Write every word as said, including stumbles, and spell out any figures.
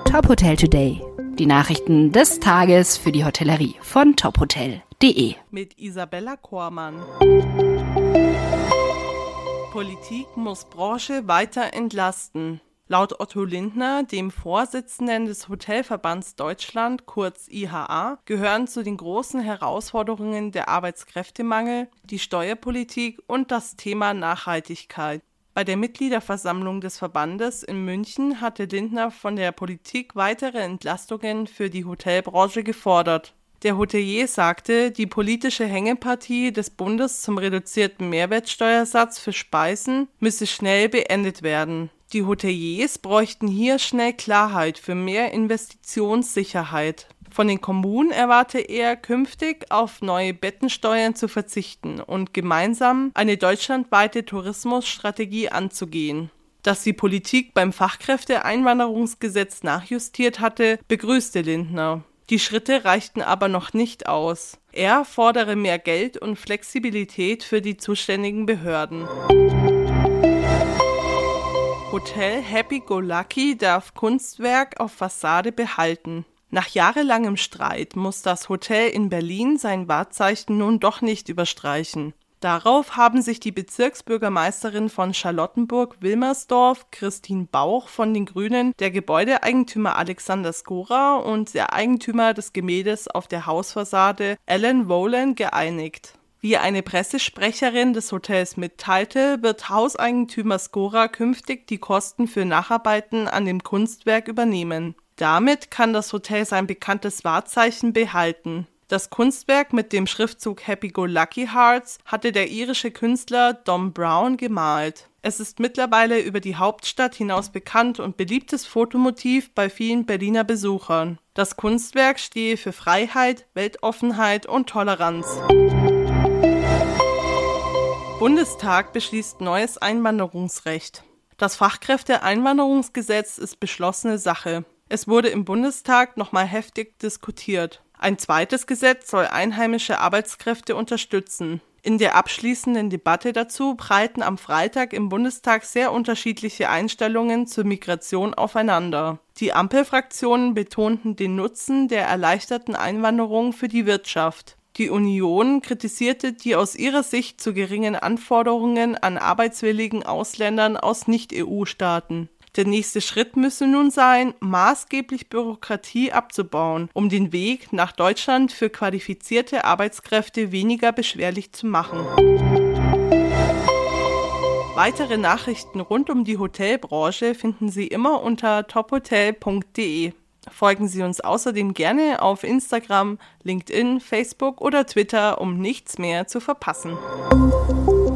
Top Hotel Today. Die Nachrichten des Tages für die Hotellerie von top hotel punkt de. Mit Isabella Kormann. Politik muss Branche weiter entlasten. Laut Otto Lindner, dem Vorsitzenden des Hotelverbands Deutschland, kurz I H A, gehören zu den großen Herausforderungen der Arbeitskräftemangel, die Steuerpolitik und das Thema Nachhaltigkeit. Bei der Mitgliederversammlung des Verbandes in München hatte Lindner von der Politik weitere Entlastungen für die Hotelbranche gefordert. Der Hotelier sagte, die politische Hängepartie des Bundes zum reduzierten Mehrwertsteuersatz für Speisen müsse schnell beendet werden. Die Hoteliers bräuchten hier schnell Klarheit für mehr Investitionssicherheit. Von den Kommunen erwarte er, künftig auf neue Bettensteuern zu verzichten und gemeinsam eine deutschlandweite Tourismusstrategie anzugehen. Dass die Politik beim Fachkräfteeinwanderungsgesetz nachjustiert hatte, begrüßte Lindner. Die Schritte reichten aber noch nicht aus. Er fordere mehr Geld und Flexibilität für die zuständigen Behörden. Hotel Happy Go Lucky darf Kunstwerk auf Fassade behalten. Nach jahrelangem Streit muss das Hotel in Berlin sein Wahrzeichen nun doch nicht überstreichen. Darauf haben sich die Bezirksbürgermeisterin von Charlottenburg-Wilmersdorf, Christine Bauch von den Grünen, der Gebäudeeigentümer Alexander Skora und der Eigentümer des Gemäldes auf der Hausfassade, Alan Rowland, geeinigt. Wie eine Pressesprecherin des Hotels mitteilte, wird Hauseigentümer Skora künftig die Kosten für Nacharbeiten an dem Kunstwerk übernehmen. Damit kann das Hotel sein bekanntes Wahrzeichen behalten. Das Kunstwerk mit dem Schriftzug Happy Go Lucky Hearts hatte der irische Künstler Dom Brown gemalt. Es ist mittlerweile über die Hauptstadt hinaus bekannt und beliebtes Fotomotiv bei vielen Berliner Besuchern. Das Kunstwerk stehe für Freiheit, Weltoffenheit und Toleranz. Bundestag beschließt neues Einwanderungsrecht. Das Fachkräfteeinwanderungsgesetz ist beschlossene Sache. Es wurde im Bundestag nochmal heftig diskutiert. Ein zweites Gesetz soll einheimische Arbeitskräfte unterstützen. In der abschließenden Debatte dazu prallten am Freitag im Bundestag sehr unterschiedliche Einstellungen zur Migration aufeinander. Die Ampelfraktionen betonten den Nutzen der erleichterten Einwanderung für die Wirtschaft. Die Union kritisierte die aus ihrer Sicht zu geringen Anforderungen an arbeitswilligen Ausländern aus Nicht-E U-Staaten. Der nächste Schritt müsse nun sein, maßgeblich Bürokratie abzubauen, um den Weg nach Deutschland für qualifizierte Arbeitskräfte weniger beschwerlich zu machen. Weitere Nachrichten rund um die Hotelbranche finden Sie immer unter top hotel punkt de. Folgen Sie uns außerdem gerne auf Instagram, LinkedIn, Facebook oder Twitter, um nichts mehr zu verpassen.